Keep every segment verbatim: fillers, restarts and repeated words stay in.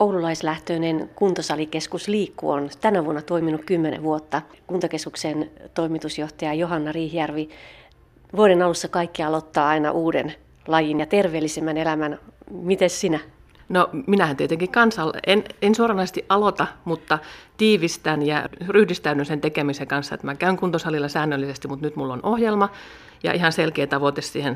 Oululaislähtöinen kuntosalikeskus Liikku on tänä vuonna toiminut kymmenen vuotta. Kuntakeskuksen toimitusjohtaja Johanna Riihijärvi, vuoden alussa kaikki aloittaa aina uuden lajin ja terveellisemmän elämän. Miten sinä? No minähän tietenkin kanssa, en, en suoranaisesti aloita, mutta tiivistän ja ryhdistäydyn sen tekemisen kanssa, että mä käyn kuntosalilla säännöllisesti, mutta nyt mulla on ohjelma ja ihan selkeä tavoite siihen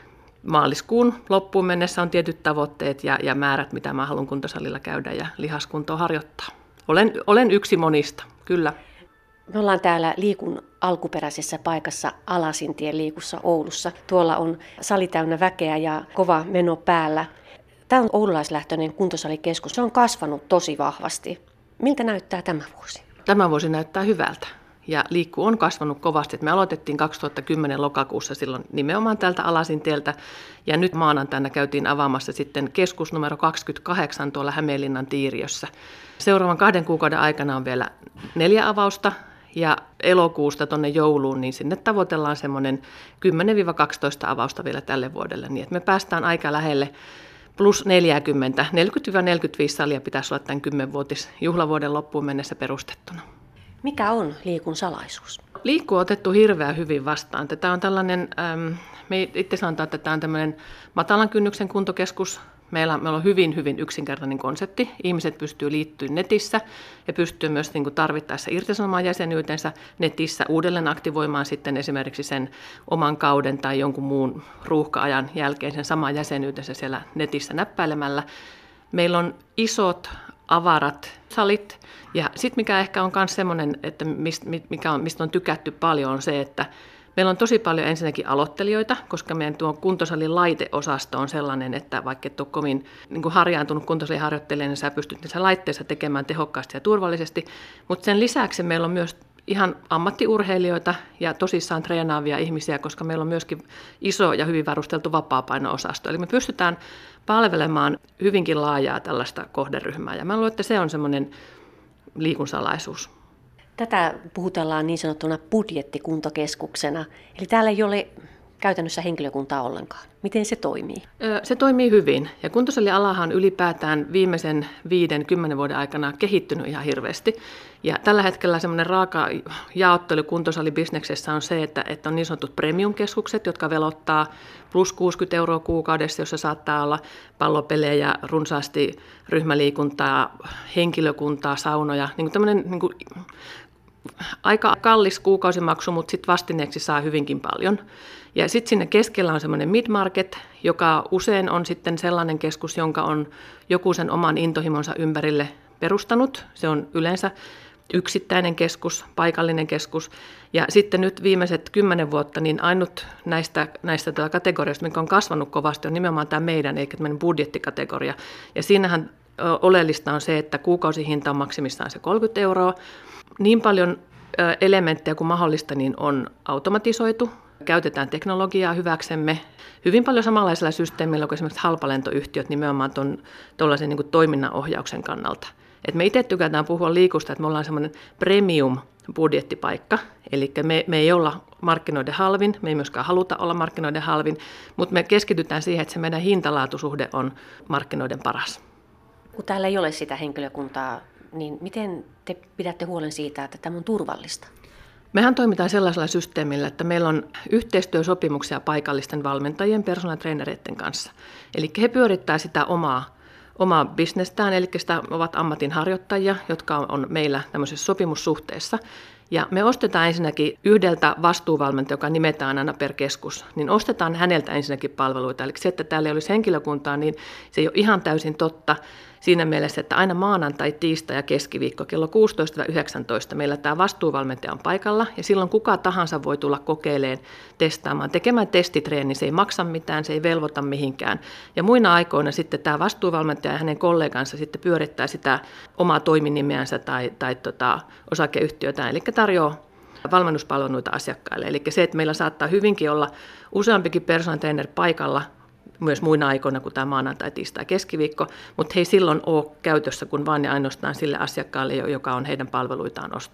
maaliskuun loppuun mennessä on tietyt tavoitteet ja, ja määrät, mitä mä haluan kuntosalilla käydä ja lihaskuntoa harjoittaa. Olen, olen yksi monista, kyllä. Me ollaan täällä Liikun alkuperäisessä paikassa Alasintien Liikussa Oulussa. Tuolla on sali täynnä väkeä ja kova meno päällä. Tämä on oululaislähtöinen kuntosalikeskus. Se on kasvanut tosi vahvasti. Miltä näyttää tämä vuosi? Tämä vuosi näyttää hyvältä. Ja Liikku on kasvanut kovasti. Me aloitettiin kaksituhattakymmenen lokakuussa silloin nimenomaan täältä Alasintieltä. Ja nyt maanantaina käytiin avaamassa sitten keskus numero kaksikymmentäkahdeksan tuolla Hämeenlinnan Tiiriössä. Seuraavan kahden kuukauden aikana on vielä neljä avausta. Ja elokuusta tuonne jouluun, niin sinne tavoitellaan semmoinen kymmenen kaksitoista avausta vielä tälle vuodelle. Niin että me päästään aika lähelle plus neljäkymmentä, neljäkymmentä neljäkymmentäviisi salia pitäisi olla tämän kymmenvuotis juhlavuoden loppuun mennessä perustettuna. Mikä on Liikun salaisuus? Liikku on otettu hirveän hyvin vastaan. Tämä on tällainen, ähm, me itse sanotaan, että tämä on tämmöinen matalan kynnyksen kuntokeskus. Meillä, meillä on hyvin, hyvin yksinkertainen konsepti. Ihmiset pystyy liittymään netissä ja pystyy myös niin kuin tarvittaessa irtisanomaan jäsenyytensä netissä, uudelleen aktivoimaan sitten esimerkiksi sen oman kauden tai jonkun muun ruuhka-ajan jälkeen sen saman jäsenyytensä siellä netissä näppäilemällä. Meillä on isot, avarat salit ja sitten mikä ehkä on myös semmoinen, että mistä, mikä on, mistä on tykätty paljon on se, että meillä on tosi paljon ensinnäkin aloittelijoita, koska meidän tuo kuntosalin laiteosasto on sellainen, että vaikka et ole kovin niin kuin harjaantunut kuntosaliharjoittelija, niin sä pystyt niissä laitteissa tekemään tehokkaasti ja turvallisesti. Mutta sen lisäksi meillä on myös ihan ammattiurheilijoita ja tosissaan treenaavia ihmisiä, koska meillä on myöskin iso ja hyvin varusteltu vapaapaino-osasto. Eli me pystytään palvelemaan hyvinkin laajaa tällaista kohderyhmää. Ja mä luulen, että se on semmoinen Liikun salaisuus. Tätä puhutellaan niin sanottuna budjettikuntokeskuksena, eli täällä ei ole käytännössä henkilökuntaa ollenkaan. Miten se toimii? Se toimii hyvin, ja kuntosalialahan on ylipäätään viimeisen viiden, kymmenen vuoden aikana kehittynyt ihan hirveästi. Ja tällä hetkellä semmoinen raaka jaottelu kuntosalibisneksessä on se, että, että on niin sanotut premium-keskukset, jotka velottaa plus kuusikymmentä euroa kuukaudessa, jossa saattaa olla pallopelejä, runsaasti ryhmäliikuntaa, henkilökuntaa, saunoja, niin kuin tämmöinen niin kuin aika kallis kuukausimaksu, mutta sitten vastineeksi saa hyvinkin paljon. Ja sitten sinne keskellä on semmoinen mid-market, joka usein on sitten sellainen keskus, jonka on joku sen oman intohimonsa ympärille perustanut. Se on yleensä yksittäinen keskus, paikallinen keskus. Ja sitten nyt viimeiset kymmenen vuotta, niin ainut näistä, näistä kategorioista, mikä on kasvanut kovasti, on nimenomaan tämä meidän, eikä tämmöinen budjettikategoria. Ja siinähän oleellista on se, että kuukausihinta on maksimissaan se kolmekymmentä euroa. Niin paljon elementtejä kuin mahdollista niin on automatisoitu. Käytetään teknologiaa hyväksemme hyvin paljon samanlaisella systeemillä kuin esimerkiksi halpalentoyhtiöt nimenomaan tuollaisen niin kuin toiminnanohjauksen kannalta. Et me itse tykätään puhua Liikusta, että me ollaan semmoinen premium-budjettipaikka, eli me, me ei olla markkinoiden halvin, me ei myöskään haluta olla markkinoiden halvin, mutta me keskitytään siihen, että se meidän hintalaatusuhde on markkinoiden paras. Kun täällä ei ole sitä henkilökuntaa, niin miten te pidätte huolen siitä, että tämä on turvallista? Mehän toimitaan sellaisella systeemillä, että meillä on yhteistyösopimuksia paikallisten valmentajien, personal trainereiden kanssa. Eli he pyörittää sitä omaa, omaa bisnestään, eli sitä ovat ammatinharjoittajia, jotka on meillä tämmöisessä sopimussuhteessa. Ja me ostetaan ensinnäkin yhdeltä vastuuvalmentaja, joka nimetään aina per keskus, niin ostetaan häneltä ensinnäkin palveluita. Eli se, että täällä ei olisi henkilökuntaa, niin se ei ole ihan täysin totta siinä mielessä, että aina maanantai, tiistai ja keskiviikko kello kuusitoista yhdeksäntoista meillä tämä vastuuvalmentaja on paikalla ja silloin kuka tahansa voi tulla kokeilemaan, testaamaan, tekemään testitreeni, se ei maksa mitään, se ei velvoita mihinkään. Ja muina aikoina sitten tämä vastuuvalmentaja ja hänen kollegansa sitten pyörittää sitä omaa toiminimeänsä tai, tai tota, osakeyhtiötään, eli tarjoaa valmennuspalveluita asiakkaille. Eli se, että meillä saattaa hyvinkin olla useampikin personal trainer paikalla, myös muina aikoina kuin tämä maanantai, tiistai, keskiviikko, mutta he ei silloin ole käytössä kuin vain ja ainoastaan sille asiakkaalle, joka on heidän palveluitaan ostanut.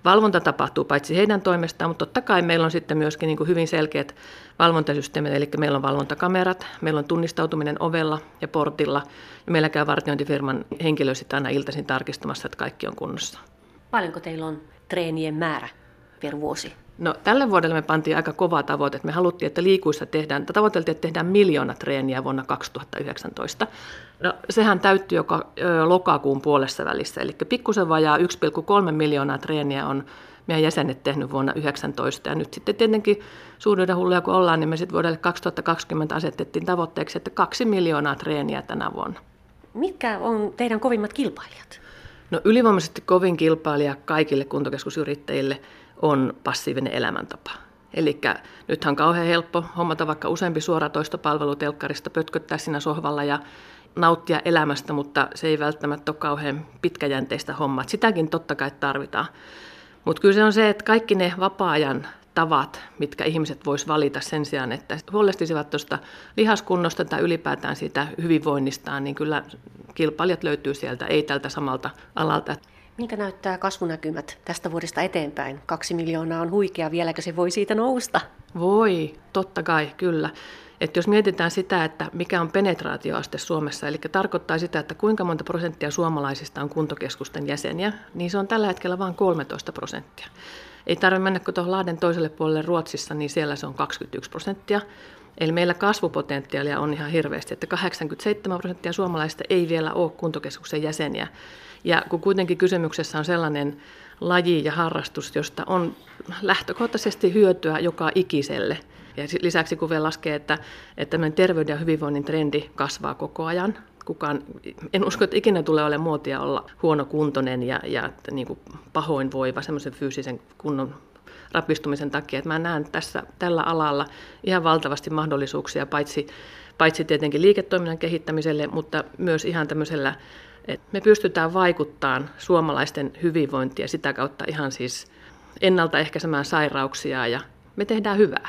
valvonta tapahtuu paitsi heidän toimestaan, mutta totta kai meillä on sitten myöskin niin kuin hyvin selkeät valvontasysteemit, eli meillä on valvontakamerat, meillä on tunnistautuminen ovella ja portilla, ja meillä käy vartiointifirman henkilö sitten aina iltaisin tarkistamassa, että kaikki on kunnossa. Paljonko teillä on treenien määrä per vuosi? No, tälle vuodelle me pantiin aika kova tavoite, että me haluttiin, että liikuissa tehdään, tavoiteltiin, että tehdään miljoona treeniä vuonna kaksituhattayhdeksäntoista. No, sehän täyttyi joka ö, lokakuun puolessa välissä, eli pikkusen vajaa yksi pilkku kolme miljoonaa treeniä on meidän jäsenet tehnyt vuonna yhdeksäntoista. Ja nyt sitten tietenkin suuruuden hulluja kun ollaan, niin me sitten vuodelle kaksituhattakaksikymmentä asetettiin tavoitteeksi, että kaksi miljoonaa treeniä tänä vuonna. Mitkä on teidän kovimmat kilpailijat? No, ylivoimaisesti kovin kilpailija kaikille kuntokeskusyrittäjille on passiivinen elämäntapa. Eli nythän on kauhean helppo hommata vaikka useampi suoratoistopalvelu telkkarista, pötköttää siinä sohvalla ja nauttia elämästä, mutta se ei välttämättä ole kauhean pitkäjänteistä hommaa. Sitäkin totta kai tarvitaan. Mutta kyllä se on se, että kaikki ne vapaa-ajan tavat, mitkä ihmiset vois valita sen sijaan, että huolehtisivat tuosta lihaskunnosta tai ylipäätään siitä hyvinvoinnistaan, niin kyllä kilpailijat löytyy sieltä, ei tältä samalta alalta. Miltä näyttää kasvunäkymät tästä vuodesta eteenpäin? Kaksi miljoonaa on huikea, vieläkö se voi siitä nousta? Voi, totta kai, kyllä. Että jos mietitään sitä, että mikä on penetraatioaste Suomessa, eli tarkoittaa sitä, että kuinka monta prosenttia suomalaisista on kuntokeskusten jäseniä, niin se on tällä hetkellä vain kolmetoista prosenttia. Ei tarvitse mennä kuin tuohon Lahden toiselle puolelle Ruotsissa, niin siellä se on kaksikymmentäyksi prosenttia. Eli meillä kasvupotentiaalia on ihan hirveästi, että kahdeksankymmentäseitsemän prosenttia suomalaisista ei vielä ole kuntokeskuksen jäseniä. Ja kun kuitenkin kysymyksessä on sellainen laji ja harrastus, josta on lähtökohtaisesti hyötyä joka ikiselle. Ja lisäksi kun vielä laskee, että, että terveyden ja hyvinvoinnin trendi kasvaa koko ajan. Kukaan, en usko, että ikinä tulee olemaan muotia olla huonokuntoinen ja, ja niin kuin pahoinvoiva semmoisen fyysisen kunnon rapistumisen takia. Että mä näen tässä tällä alalla ihan valtavasti mahdollisuuksia, paitsi, paitsi tietenkin liiketoiminnan kehittämiselle, mutta myös ihan tämmöisellä, että me pystytään vaikuttamaan suomalaisten hyvinvointia sitä kautta ihan siis ennaltaehkäisemään sairauksia ja me tehdään hyvää.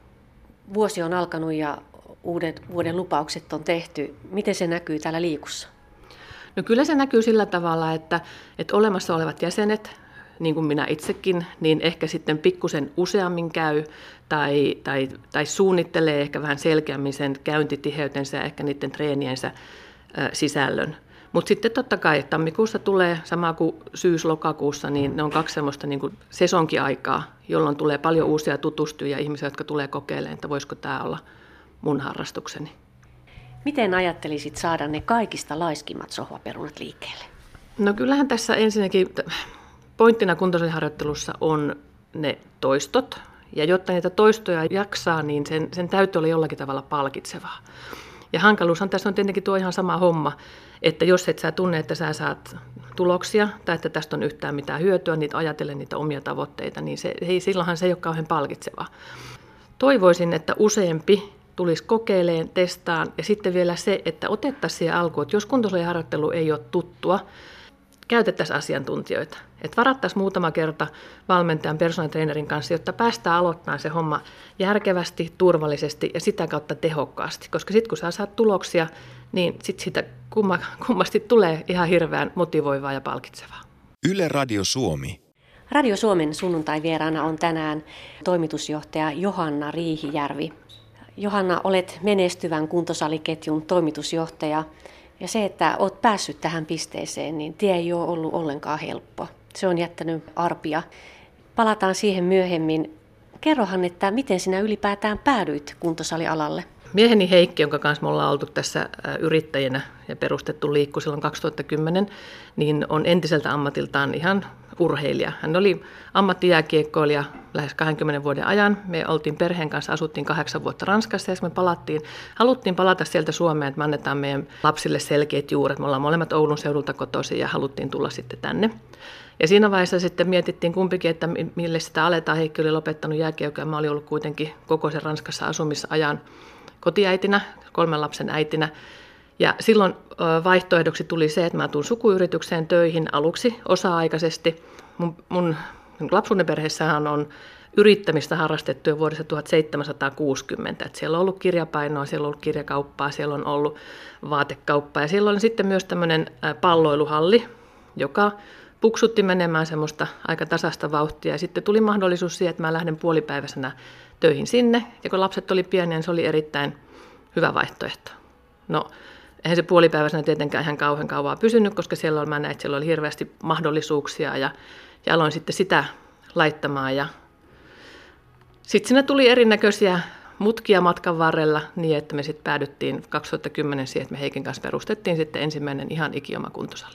Vuosi on alkanut ja uudet vuoden lupaukset on tehty. Miten se näkyy täällä liikussa? No kyllä se näkyy sillä tavalla, että, että olemassa olevat jäsenet, niin kuin minä itsekin, niin ehkä sitten pikkusen useammin käy tai, tai, tai suunnittelee ehkä vähän selkeämmin sen käyntitiheytensä ja ehkä niiden treeniensä ä, sisällön. Mutta sitten totta kai tammikuussa tulee sama kuin syys-lokakuussa, niin ne on kaksi semmoista niin kuin sesonkiaikaa, jolloin tulee paljon uusia tutustujia ihmisiä, jotka tulee kokeilemaan, että voisiko tämä olla mun harrastukseni. Miten ajattelisit saada ne kaikista laiskimmat sohvaperunat liikkeelle? No kyllähän tässä ensinnäkin pointtina kuntosaliharjoittelussa on ne toistot. Ja jotta niitä toistoja jaksaa, niin sen, sen täytyy olla jollakin tavalla palkitsevaa. Ja hankaluushan tässä on tietenkin tuo ihan sama homma, että jos et sä tunne, että sä saat tuloksia tai että tästä on yhtään mitään hyötyä, niin ajatellen niitä omia tavoitteita, niin se, hei, silloinhan se ei ole kauhean palkitsevaa. Toivoisin, että useampi tulisi kokeilemaan, testaan ja sitten vielä se, että otettaisiin siihen alkuun, että jos kuntosaliharjoittelu ei ole tuttua, käytettäisiin asiantuntijoita. Että varattaisiin muutama kerta valmentajan personal trainerin kanssa, jotta päästään aloittamaan se homma järkevästi, turvallisesti ja sitä kautta tehokkaasti. Koska sitten kun sä saat tuloksia, niin sitten sitä kumma, kummasti tulee ihan hirveän motivoivaa ja palkitsevaa. Yle Radio Suomi. Radio Suomen sunnuntai-vieraana on tänään toimitusjohtaja Johanna Riihijärvi. Johanna, olet menestyvän kuntosaliketjun toimitusjohtaja. Ja se, että olet päässyt tähän pisteeseen, niin tie ei ole ollut ollenkaan helppo. Se on jättänyt arpia. Palataan siihen myöhemmin. Kerrohan, että miten sinä ylipäätään päädyit kuntosalialalle? Mieheni Heikki, jonka kanssa me ollaan oltu tässä yrittäjänä ja perustettu Liikku silloin kaksituhattakymmenen, niin on entiseltä ammatiltaan ihan urheilija. Hän oli ammattijääkiekkoilija lähes kaksikymmentä vuoden ajan. Me oltiin perheen kanssa, asuttiin kahdeksan vuotta Ranskassa ja me palattiin, haluttiin palata sieltä Suomeen, että me annetaan meidän lapsille selkeät juuret. Me ollaan molemmat Oulun seudulta kotoisin ja haluttiin tulla sitten tänne. Ja siinä vaiheessa sitten mietittiin kumpikin, että mille sitä aletaan. Heikki oli lopettanut jääkiekkoa ja mä olin ollut kuitenkin koko sen Ranskassa asumisajan kotiäitinä, kolmen lapsen äitinä. Ja silloin vaihtoehdoksi tuli se, että mä tuun sukuyritykseen töihin aluksi osa-aikaisesti. Mun, mun lapsuuden perheessähän on yrittämistä harrastettu jo vuodesta tuhatseitsemänsataakuusikymmentä. Et siellä on ollut kirjapainoa, siellä on ollut kirjakauppaa, siellä on ollut vaatekauppaa ja siellä on sitten myös tämmöinen palloiluhalli, joka puksutti menemään semmoista aika tasasta vauhtia. Ja sitten tuli mahdollisuus siihen, että mä lähden puolipäiväisenä töihin sinne. Ja kun lapset oli pieniä, niin se oli erittäin hyvä vaihtoehto. No, eihän se puolipäiväisenä tietenkään ihan kauhean kauaa pysynyt, koska siellä oli, mä näin, että siellä oli hirveästi mahdollisuuksia. Ja, ja aloin sitten sitä laittamaan. Ja sitten siinä tuli erinäköisiä mutkia matkan varrella niin, että me sitten päädyttiin kaksituhattakymmenen siihen, että me Heikin kanssa perustettiin sitten ensimmäinen ihan ikioma kuntosali.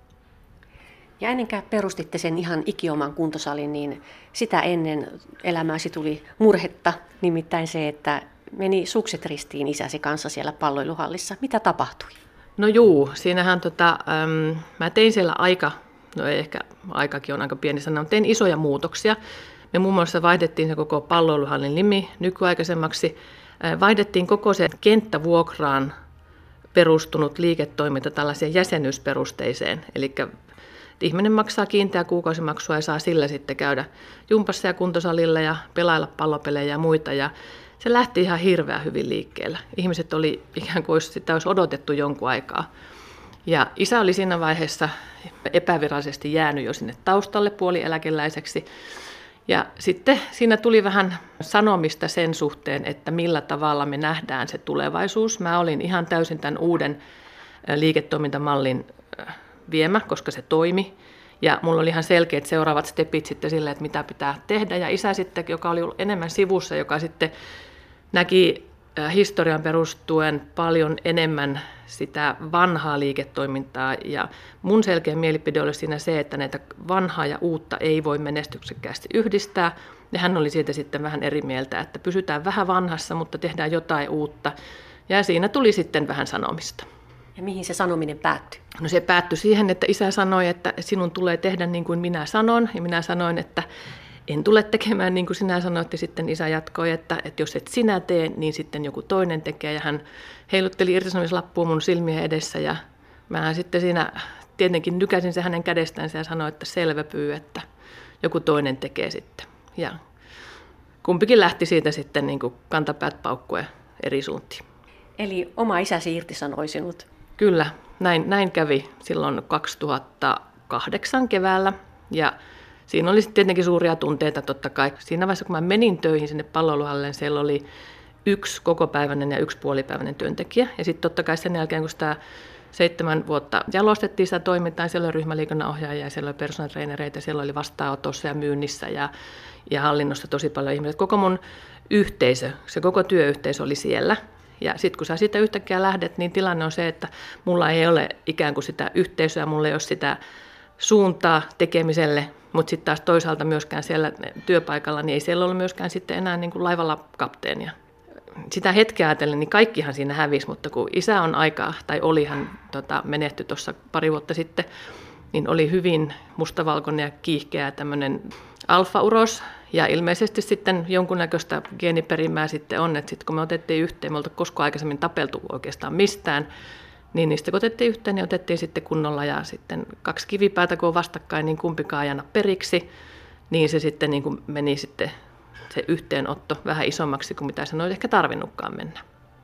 Ja ennenkään perustitte sen ihan ikioman kuntosalin, niin sitä ennen elämääsi tuli murhetta, nimittäin se, että meni sukset ristiin isäsi kanssa siellä palloiluhallissa. Mitä tapahtui? No juu, siinähän tota, äm, mä tein siellä aika, no ei ehkä aikakin on aika pieni sana, mutta tein isoja muutoksia. Me muun muassa vaihdettiin se koko palloiluhallin nimi nykyaikaisemmaksi. Vaihdettiin koko se kenttävuokraan perustunut liiketoiminta tällaiseen jäsenyysperusteiseen. Eli ihminen maksaa kiinteää kuukausimaksua ja saa sillä sitten käydä jumpassa ja kuntosalilla ja pelailla pallopelejä ja muita. Ja se lähti ihan hirveän hyvin liikkeelle. Ihmiset oli ikään kuin sitä olisi odotettu jonkun aikaa. Ja isä oli siinä vaiheessa epävirallisesti jäänyt jo sinne taustalle puolieläkeläiseksi. Ja sitten siinä tuli vähän sanomista sen suhteen, että millä tavalla me nähdään se tulevaisuus. Mä olin ihan täysin tämän uuden liiketoimintamallin viemä, koska se toimi. Ja mulla oli ihan selkeät seuraavat stepit sitten sille, että mitä pitää tehdä. Ja isä sitten, joka oli ollut enemmän sivussa, joka sitten näki historian perustuen paljon enemmän sitä vanhaa liiketoimintaa. Ja mun selkeä mielipide oli siinä se, että näitä vanhaa ja uutta ei voi menestyksekkäästi yhdistää. Ja hän oli siitä sitten vähän eri mieltä, että pysytään vähän vanhassa, mutta tehdään jotain uutta. Ja siinä tuli sitten vähän sanomista. Ja mihin se sanominen päättyi? No se päättyi siihen, että isä sanoi, että sinun tulee tehdä niin kuin minä sanon. Ja minä sanoin, että en tule tekemään niin kuin sinä sanoit. Ja sitten isä jatkoi, että, että jos et sinä tee, niin sitten joku toinen tekee. Ja hän heilutteli irtisanomislappua mun silmien edessä. Ja mä sitten siinä tietenkin nykäsin se hänen kädestänsä ja sanoin, että selvä pyy, että joku toinen tekee sitten. Ja kumpikin lähti siitä sitten niin kuin kantapäät paukkuen eri suuntiin. Eli oma isäsi irtisanoi sinut? Kyllä, näin, näin kävi silloin kaksituhattakahdeksan keväällä. Ja siinä oli sitten tietenkin suuria tunteita totta kai. Siinä vaiheessa, kun mä menin töihin sinne palloiluhalleen, siellä oli yksi kokopäiväinen ja yksi puolipäiväinen työntekijä. Ja sitten totta kai sen jälkeen, kun sitä seitsemän vuotta jalostettiin sitä toimintaa, siellä oli ryhmäliikunnanohjaajia, siellä oli personal trainereita, siellä oli vastaanotossa ja myynnissä ja, ja hallinnossa tosi paljon ihmisiä. Koko mun yhteisö, se koko työyhteisö oli siellä. Ja sitten kun sä siitä yhtäkkiä lähdet, niin tilanne on se, että mulla ei ole ikään kuin sitä yhteisöä, mulla ei ole sitä suuntaa tekemiselle, mutta sitten taas toisaalta myöskään siellä työpaikalla, niin ei siellä ollut myöskään sitten enää niin kuin laivalla kapteenia. Sitä hetkeä ajatellen, niin kaikkihan siinä hävisi, mutta kun isä on aikaa, tai oli hän tota, menehtyi tuossa pari vuotta sitten, niin oli hyvin mustavalkoinen ja kiihkeä tämmöinen alfa-uros. Ja ilmeisesti sitten jonkunnäköistä geeniperimää sitten on, että sitten kun me otettiin yhteen, me oltiin koskaan aikaisemmin tapeltu oikeastaan mistään, niin niistä kun otettiin yhteen, niin otettiin sitten kunnolla ja sitten kaksi kivipäätä kun on vastakkain, niin kumpikaan ei anna periksi, niin se sitten niin kuin meni sitten se yhteenotto vähän isommaksi kuin mitä sen olisi ehkä tarvinnutkaan mennä.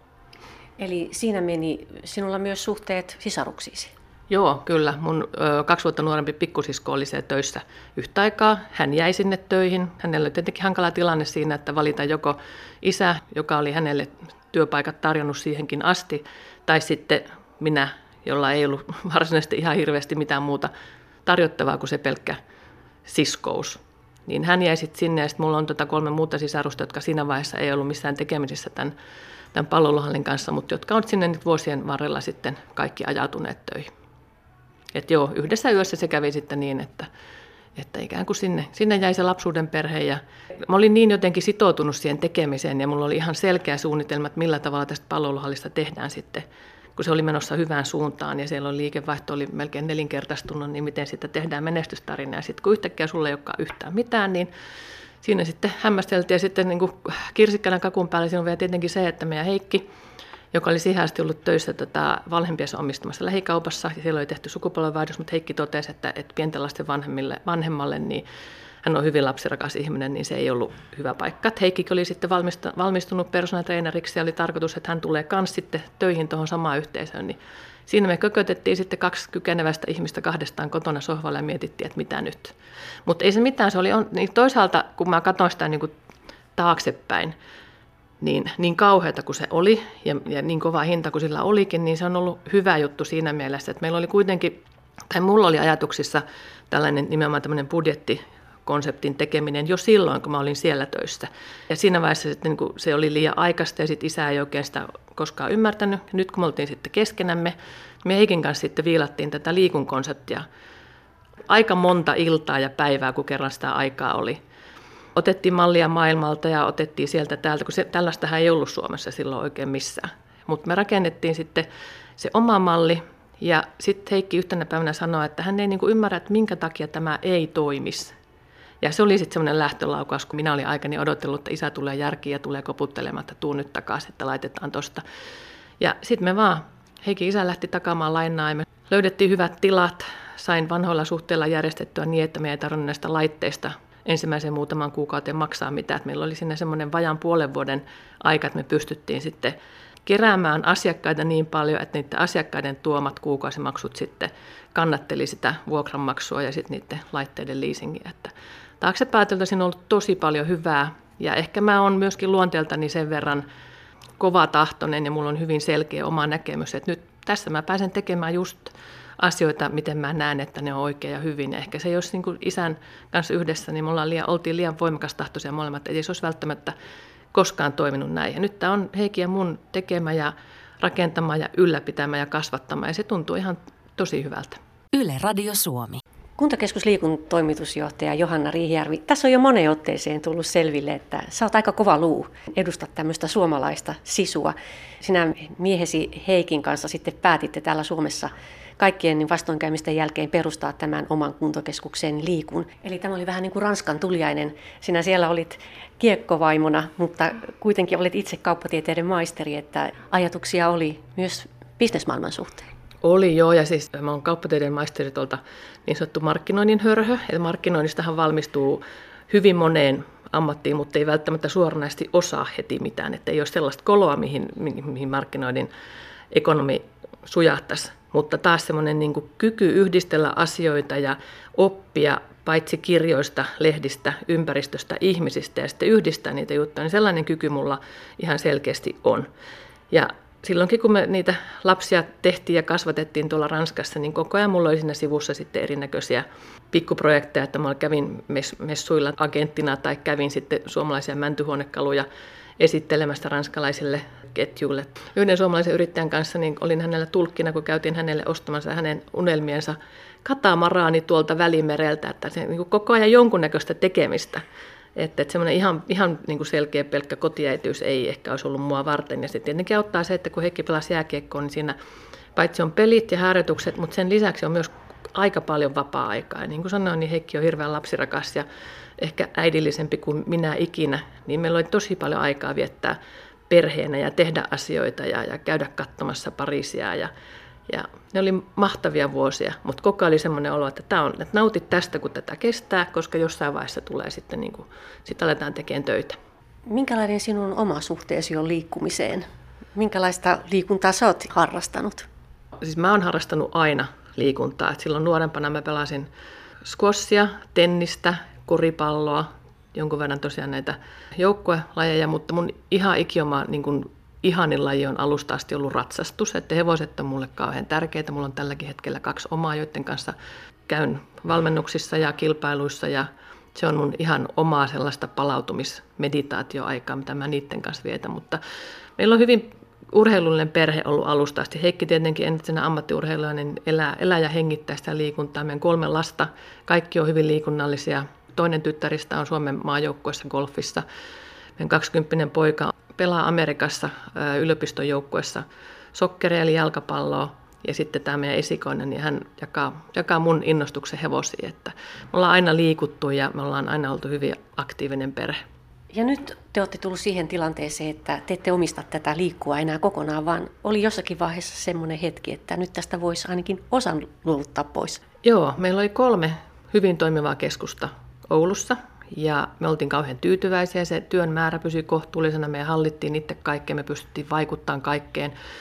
Eli siinä meni sinulla myös suhteet sisaruksiisi? Joo, kyllä. Mun ö, kaksi vuotta nuorempi pikkusisko oli siellä töissä yhtä aikaa. Hän jäi sinne töihin. Hänellä oli tietenkin hankala tilanne siinä, että valita joko isä, joka oli hänelle työpaikat tarjonnut siihenkin asti, tai sitten minä, jolla ei ollut varsinaisesti ihan hirveästi mitään muuta tarjottavaa kuin se pelkkä siskous. Niin hän jäi sitten sinne, ja sitten mulla on tota kolme muuta sisarusta, jotka siinä vaiheessa ei ollut missään tekemisissä tämän, tämän palloiluhallin kanssa, mutta jotka on sinne nyt vuosien varrella sitten kaikki ajautuneet töihin. Että joo, yhdessä yössä se kävi sitten niin, että, että ikään kuin sinne, sinne jäi se lapsuuden perhe. Ja mä olin niin jotenkin sitoutunut siihen tekemiseen ja mulla oli ihan selkeä suunnitelma, että millä tavalla tästä palloiluhallista tehdään sitten, kun se oli menossa hyvään suuntaan ja siellä oli liikevaihto oli melkein nelinkertaistunut, niin miten sitä tehdään menestystarina. Ja sitten kun yhtäkkiä sulle ei olekaan yhtään mitään, niin siinä sitten hämmästeltiin ja sitten niin kuin kirsikkänä kakun päällä siinä on vielä tietenkin se, että meidän Heikki, joka oli siihen asti ollut töissä tätä vanhempiensa omistamassa lähikaupassa, ja siellä oli tehty sukupolvenvaihdos, mutta Heikki totesi, että, että pienten lasten vanhemmille, vanhemmalle, niin hän on hyvin lapsirakas ihminen, niin se ei ollut hyvä paikka. Heikki oli sitten valmistunut personal traineriksi, ja oli tarkoitus, että hän tulee myös sitten töihin tuohon samaan yhteisöön, niin siinä me kökötettiin sitten kaksi kykenevästä ihmistä kahdestaan kotona sohvalla ja mietittiin, että mitä nyt. Mutta ei se mitään, se oli on, niin toisaalta kun mä katsoin sitä niin kuin taaksepäin, niin, niin kauheata kuin se oli ja, ja niin kova hinta kuin sillä olikin, niin se on ollut hyvä juttu siinä mielessä, että meillä oli kuitenkin, tai mulla oli ajatuksissa tällainen nimenomaan tämmöinen budjettikonseptin tekeminen jo silloin, kun mä olin siellä töissä. Ja siinä vaiheessa sitten, niin kuin se oli liian aikaista ja sitten isä ei oikein sitä koskaan ymmärtänyt. Nyt kun me oltiin sitten keskenämme, me Heikin kanssa sitten viilattiin tätä liikun konseptia aika monta iltaa ja päivää, kun kerran sitä aikaa oli. Otettiin mallia maailmalta ja otettiin sieltä täältä, kun se, tällaistähän ei ollut Suomessa silloin oikein missään. Mutta me rakennettiin sitten se oma malli ja sitten Heikki yhtenä päivänä sanoi, että hän ei niinku ymmärrä, että minkä takia tämä ei toimisi. Ja se oli sitten semmoinen lähtölaukaus, kun minä olin aikani odotellut, että isä tulee järkiin ja tulee koputtelemaan, että tuu nyt takaisin, että laitetaan tosta. Ja sitten me vaan, Heikin isä lähti takaamaan lainaa ja me löydettiin hyvät tilat, sain vanhoilla suhteilla järjestettyä niin, että me ei tarvinnut näistä laitteista ensimmäisen muutaman kuukauden maksaa mitään. Että meillä oli siinä semmoinen vajan puolen vuoden aika, että me pystyttiin sitten keräämään asiakkaita niin paljon, että niiden asiakkaiden tuomat kuukausimaksut sitten kannatteli sitä vuokranmaksua ja sitten niiden laitteiden leasingia. Että taaksepäin siinä on ollut tosi paljon hyvää ja ehkä mä oon myöskin luonteeltani sen verran kovatahtoinen ja mulla on hyvin selkeä oma näkemys, että nyt tässä mä pääsen tekemään just asioita, miten mä näen, että ne on oikein ja hyvin. Ja ehkä se, jos niin kuin isän kanssa yhdessä, niin me ollaan liian, oltiin liian voimakas tahtoisia molemmat, että ei se olisi välttämättä koskaan toiminut näin. Ja nyt tämä on Heikin ja mun tekemä ja rakentama ja ylläpitämä ja kasvattama, ja se tuntuu ihan tosi hyvältä. Yle Radio Suomi. Kuntakeskusliikun toimitusjohtaja Johanna Riihijärvi, tässä on jo moneen otteeseen tullut selville, että sä oot aika kova luu, edustat tämmöistä suomalaista sisua. Sinä miehesi Heikin kanssa sitten päätitte täällä Suomessa kaikkien vastoinkäymisten jälkeen perustaa tämän oman kuntokeskuksen Liikun. Eli tämä oli vähän niin kuin Ranskan tuliainen. Sinä siellä olit kiekkovaimona, mutta kuitenkin olit itse kauppatieteiden maisteri, että ajatuksia oli myös bisnesmaailman suhteen. Oli joo, ja siis mä oon kauppatieteiden maisteri tuolta niin sanottu markkinoinnin hörhö. Eli markkinoinnistahan valmistuu hyvin moneen ammattiin, mutta ei välttämättä suoranaisesti osaa heti mitään. Että ei ole sellaista koloa, mihin, mihin markkinoinnin ekonomi sujahtaisi. Mutta taas semmoinen niin kuin kyky yhdistellä asioita ja oppia paitsi kirjoista, lehdistä, ympäristöstä, ihmisistä ja sitten yhdistää niitä juttuja, niin sellainen kyky mulla ihan selkeästi on. Ja silloinkin, kun me niitä lapsia tehtiin ja kasvatettiin tuolla Ranskassa, niin koko ajan mulla oli siinä sivussa sitten erinäköisiä pikkuprojekteja, että mä kävin messuilla agenttina tai kävin sitten suomalaisia mäntyhuonekaluja esittelemästä ranskalaisille ketjuille. Yhden suomalaisen yrittäjän kanssa niin olin hänellä tulkkina, kun käytiin hänelle ostamassa hänen unelmiensa katamaraani tuolta Välimereltä, että se niin koko ajan jonkunnäköistä tekemistä. Että, että semmoinen ihan, ihan niin kuin selkeä pelkkä kotiäitiys ei ehkä olisi ollut mua varten. Ja sitten tietenkin auttaa se, että kun Heikki pelasi jääkiekkoon, niin siinä paitsi on pelit ja harjoitukset, mutta sen lisäksi on myös aika paljon vapaa-aikaa. Ja niin kuin sanoin, niin Heikki on hirveän lapsirakas ja ehkä äidillisempi kuin minä ikinä. Niin meillä oli tosi paljon aikaa viettää perheenä ja tehdä asioita ja, ja käydä katsomassa Pariisia. Ja, ja ne oli mahtavia vuosia, mutta koko ajan oli semmoinen olo, että, tämä on, että nautit tästä, kun tätä kestää, koska jossain vaiheessa tulee sitten, niin kuin, sitten aletaan tekemään töitä. Minkälainen sinun oma suhteesi on liikkumiseen? Minkälaista liikuntaa sä oot harrastanut? Siis mä oon harrastanut aina liikuntaa. Et silloin nuorempana mä pelasin squashia, tennistä, koripalloa, jonkun verran tosiaan näitä joukkuelajeja, mutta mun ihan ikioma niin kuin ihanin laji on alusta asti ollut ratsastus, että hevoset on mulle kauhean tärkeitä. Mulla on tälläkin hetkellä kaksi omaa, joiden kanssa käyn valmennuksissa ja kilpailuissa ja se on mun ihan omaa sellaista palautumismeditaatioaikaa, mitä mä niiden kanssa vietän, mutta meillä on hyvin urheilullinen perhe ollut alusta asti. Heikki tietenkin entisenä ammattiurheilija, niin elää, elää ja hengittää sitä liikuntaa. Meidän kolme lasta, kaikki on hyvin liikunnallisia. Toinen tyttäristä on Suomen maajoukkueessa golfissa. Meidän kaksikymppinen poika pelaa Amerikassa yliopiston joukkueessa sokkeria eli jalkapalloa. Ja sitten tämä meidän esikoinen, niin hän jakaa, jakaa mun innostuksen hevosiin. Että me ollaan aina liikuttu ja me ollaan aina oltu hyvin aktiivinen perhe. Ja nyt te olette tullut siihen tilanteeseen, että te ette omista tätä liikkua enää kokonaan, vaan oli jossakin vaiheessa semmoinen hetki, että nyt tästä voisi ainakin osan luovuttaa pois. Joo, meillä oli kolme hyvin toimivaa keskusta Oulussa ja me oltiin kauhean tyytyväisiä. Se työn määrä pysyi kohtuullisena, me hallittiin itse kaikkeen, me pystyttiin vaikuttamaan kaikkeen.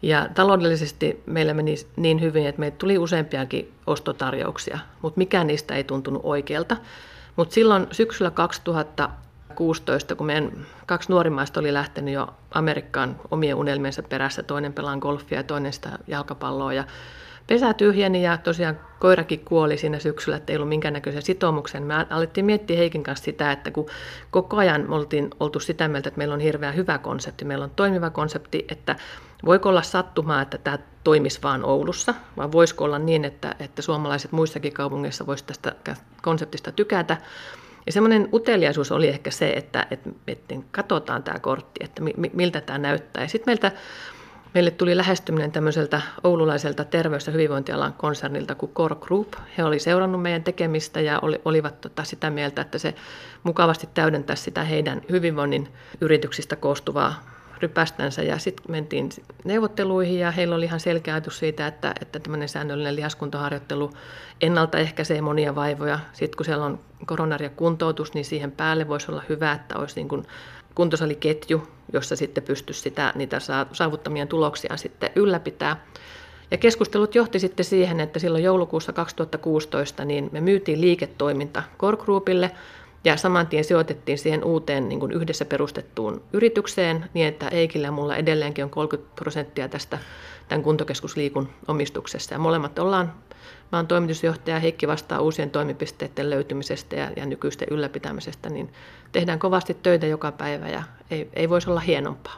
Ja taloudellisesti meillä meni niin hyvin, että meille tuli useampiakin ostotarjouksia, mutta mikään niistä ei tuntunut oikealta. Mutta silloin syksyllä kaksituhattakuusitoista, kun meidän kaksi nuorimmaista oli lähtenyt jo Amerikkaan omien unelmiensa perässä, toinen pelaa golfia ja toinen sitä jalkapalloa, ja pesä tyhjeni ja tosiaan koirakin kuoli siinä syksyllä, että ei ollut minkäännäköisiä sitoumuksia. Me alettiin miettiä Heikin kanssa sitä, että kun koko ajan me oltiin oltu sitä mieltä, että meillä on hirveän hyvä konsepti, meillä on toimiva konsepti, että voiko olla sattumaa, että tämä toimisi vaan Oulussa, vai voisiko olla niin, että, että suomalaiset muissakin kaupungeissa voisivat tästä konseptista tykätä. Ja semmoinen uteliaisuus oli ehkä se, että, että, että katsotaan tämä kortti, että miltä tämä näyttää. Ja sitten meiltä Meille tuli lähestyminen tämmöiseltä oululaiselta terveys- ja hyvinvointialan konsernilta kuin Core Group. He oli seurannut meidän tekemistä ja oli, olivat tota sitä mieltä, että se mukavasti täydentäisi sitä heidän hyvinvoinnin yrityksistä koostuvaa rypästänsä. Ja sitten mentiin neuvotteluihin ja heillä oli ihan selkeä ajatus siitä, että, että tämmöinen säännöllinen lihaskuntoharjoittelu ennaltaehkäisee monia vaivoja. Sitten kun siellä on koronaria kuntoutus, niin siihen päälle voisi olla hyvä, että olisi niin kuin kuntosaliketju, jossa sitten pystyisi sitä, niitä saavuttamien tuloksia sitten ylläpitää. Ja keskustelut johti sitten siihen, että silloin joulukuussa kaksituhattakuusitoista niin me myytiin liiketoiminta Core Groupille ja saman tien sijoitettiin siihen uuteen niin kuin yhdessä perustettuun yritykseen niin, että Eikillä ja mulla edelleenkin on kolmekymmentä prosenttia tästä tämän kuntokeskusliikun omistuksessa. Ja molemmat ollaan, mä oon toimitusjohtaja, Heikki vastaa uusien toimipisteiden löytymisestä ja, ja nykyisten ylläpitämisestä, niin tehdään kovasti töitä joka päivä ja ei, ei voisi olla hienompaa.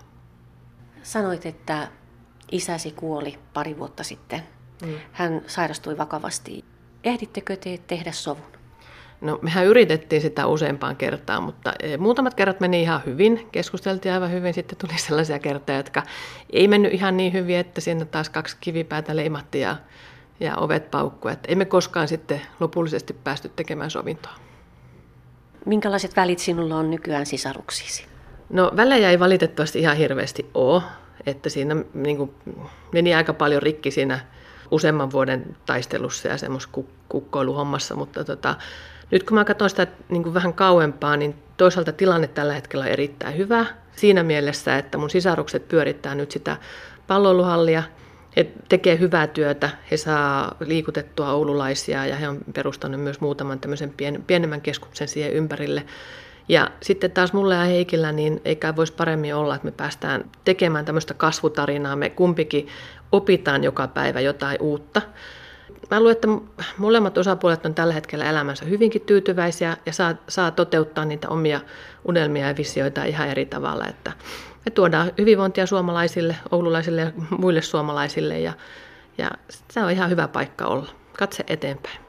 Sanoit, että isäsi kuoli pari vuotta sitten. Mm. Hän sairastui vakavasti. Ehdittekö te tehdä sovun? No mehän yritettiin sitä useampaan kertaan, mutta muutamat kerrat meni ihan hyvin. Keskusteltiin aivan hyvin, sitten tuli sellaisia kertoja, jotka ei mennyt ihan niin hyvin, että siinä taas kaksi kivipäätä leimattiin ja, ja ovet paukkui. Että ei me koskaan sitten lopullisesti päästy tekemään sovintoa. Minkälaiset välit sinulla on nykyään sisaruksiisi? No välejä ei valitettavasti ihan hirveästi ole, että siinä niin kuin, meni aika paljon rikki siinä useamman vuoden taistelussa ja semmoisessa kukkoiluhommassa, mutta tota, nyt kun mä katson sitä niin kuin vähän kauempaa, niin toisaalta tilanne tällä hetkellä on erittäin hyvä siinä mielessä, että mun sisarukset pyörittää nyt sitä palloiluhallia. He tekee hyvää työtä, he saa liikutettua oululaisia ja he on perustanut myös muutaman tämmöisen pien, pienemmän keskuksen siihen ympärille. Ja sitten taas mulle ja Heikillä, niin eikä voisi paremmin olla, että me päästään tekemään tämmöistä kasvutarinaa. Me kumpikin opitaan joka päivä jotain uutta. Mä luulen, että molemmat osapuolet on tällä hetkellä elämänsä hyvinkin tyytyväisiä ja saa, saa toteuttaa niitä omia unelmia ja visioita ihan eri tavalla. Että me tuodaan hyvinvointia suomalaisille, oululaisille ja muille suomalaisille ja, ja se on ihan hyvä paikka olla. Katse eteenpäin.